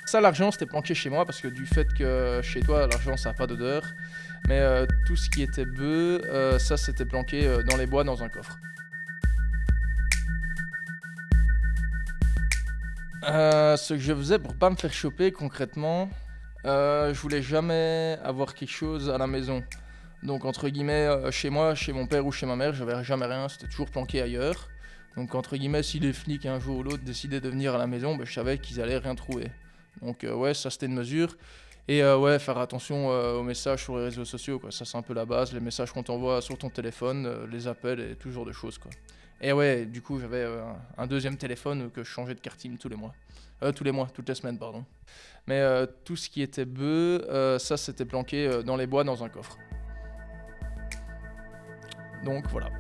Ça, l'argent, c'était planqué chez moi parce que du fait que chez toi, l'argent, ça n'a pas d'odeur. Mais tout ce qui était bœuf, ça, c'était planqué dans les bois dans un coffre. Ce que je faisais pour pas me faire choper concrètement, je voulais jamais avoir quelque chose à la maison. Donc entre guillemets, chez moi, chez mon père ou chez ma mère, j'avais jamais rien, c'était toujours planqué ailleurs. Donc entre guillemets, si les flics un jour ou l'autre décidaient de venir à la maison, je savais qu'ils allaient rien trouver. Donc ouais, ça c'était une mesure. Et ouais, faire attention aux messages sur les réseaux sociaux, quoi. Ça c'est un peu la base, les messages qu'on t'envoie sur ton téléphone, les appels et tout genre de choses, quoi. Et ouais, du coup j'avais un deuxième téléphone que je changeais de carte SIM tous les mois. Toutes les semaines, pardon. Mais tout ce qui était bœuf, ça c'était planqué dans les bois dans un coffre. Donc voilà.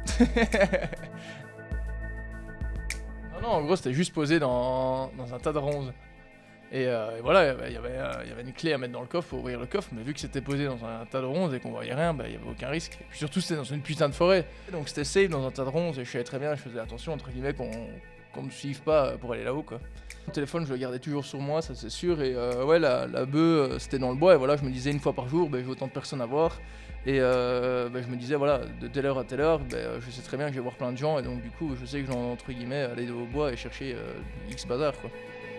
Non, en gros, c'était juste posé dans un tas de ronces. Et voilà, il y avait une clé à mettre dans le coffre pour ouvrir le coffre, mais vu que c'était posé dans un tas de ronces et qu'on voyait rien, il y avait aucun risque. Et puis surtout, c'était dans une putain de forêt. Donc c'était safe dans un tas de ronces et je savais très bien, je faisais attention, entre guillemets, qu'on me suive pas pour aller là-haut, quoi. Mon téléphone, je le gardais toujours sur moi, ça c'est sûr. Et ouais, la bœuf, c'était dans le bois. Et voilà, je me disais une fois par jour, j'ai autant de personnes à voir. Et je me disais, voilà, de telle heure à telle heure, je sais très bien que je vais voir plein de gens. Et donc, du coup, je sais que je dois, entre guillemets, aller au bois et chercher X bazar, quoi.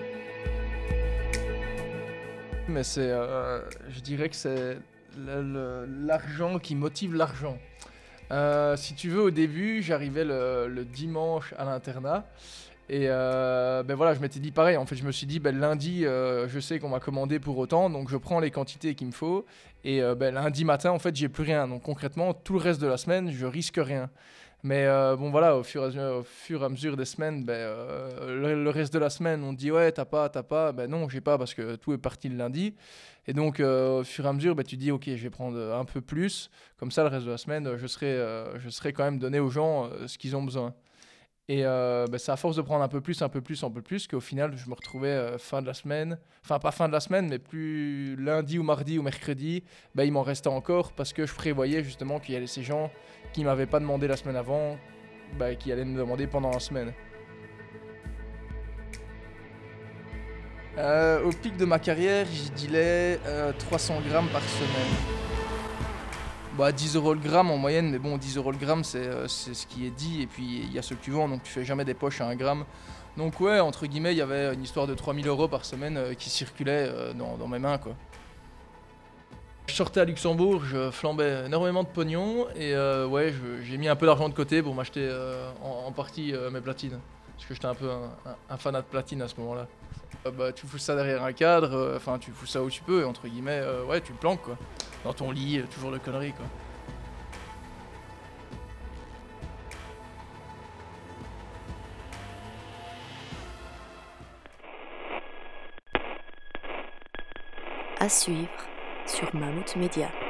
Mais je dirais que c'est l'argent qui motive l'argent. Si tu veux, au début, j'arrivais le dimanche à l'internat. Et voilà, je m'étais dit pareil. En fait, je me suis dit, lundi, je sais qu'on m'a commandé pour autant, donc je prends les quantités qu'il me faut. Et lundi matin, en fait, j'ai plus rien. Donc concrètement, tout le reste de la semaine, je risque rien. Mais bon, voilà, au fur et à mesure des semaines, le reste de la semaine, on te dit ouais, t'as pas. Ben non, j'ai pas parce que tout est parti le lundi. Et donc, au fur et à mesure, tu dis ok, je vais prendre un peu plus. Comme ça, le reste de la semaine, je serai quand même donné aux gens ce qu'ils ont besoin. Et c'est à force de prendre un peu plus, un peu plus, un peu plus, qu'au final, je me retrouvais fin de la semaine, enfin pas fin de la semaine, mais plus lundi ou mardi ou mercredi, il m'en restait encore parce que je prévoyais justement qu'il y avait ces gens qui m'avaient pas demandé la semaine avant, qui allaient me demander pendant la semaine. Au pic de ma carrière, je dealais 300 grammes par semaine. 10 € le gramme en moyenne, mais bon, 10 € le gramme, c'est ce qui est dit, et puis il y a ceux que tu vends, donc tu fais jamais des poches à 1 gramme. Donc ouais, entre guillemets, il y avait une histoire de 3 000 € par semaine qui circulait dans mes mains, quoi. Je sortais à Luxembourg, je flambais énormément de pognon, et ouais, j'ai mis un peu d'argent de côté pour m'acheter en partie mes platines. Parce que j'étais un peu un fanat de platine à ce moment-là. Tu fous ça derrière un cadre, tu fous ça où tu peux, et entre guillemets, ouais, tu le planques, quoi. Dans ton lit, toujours de conneries, quoi. À suivre sur Mammouth Media.